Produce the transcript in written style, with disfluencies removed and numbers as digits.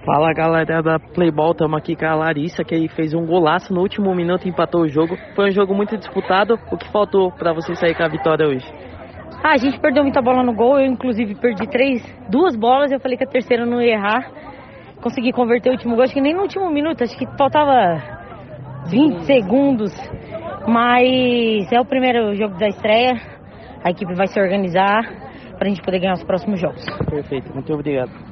Fala galera da Playball, estamos aqui com a Larissa, que fez um golaço no último minuto e empatou o jogo. Foi um jogo muito disputado. O que faltou para você sair com a vitória hoje? A gente perdeu muita bola no gol, eu inclusive perdi duas bolas, eu falei que a terceira eu não ia errar. Consegui converter o último gol, acho que nem no último minuto, acho que faltava 20 segundos. Mas é o primeiro jogo da estreia, a equipe vai se organizar para a gente poder ganhar os próximos jogos. Perfeito, muito obrigado.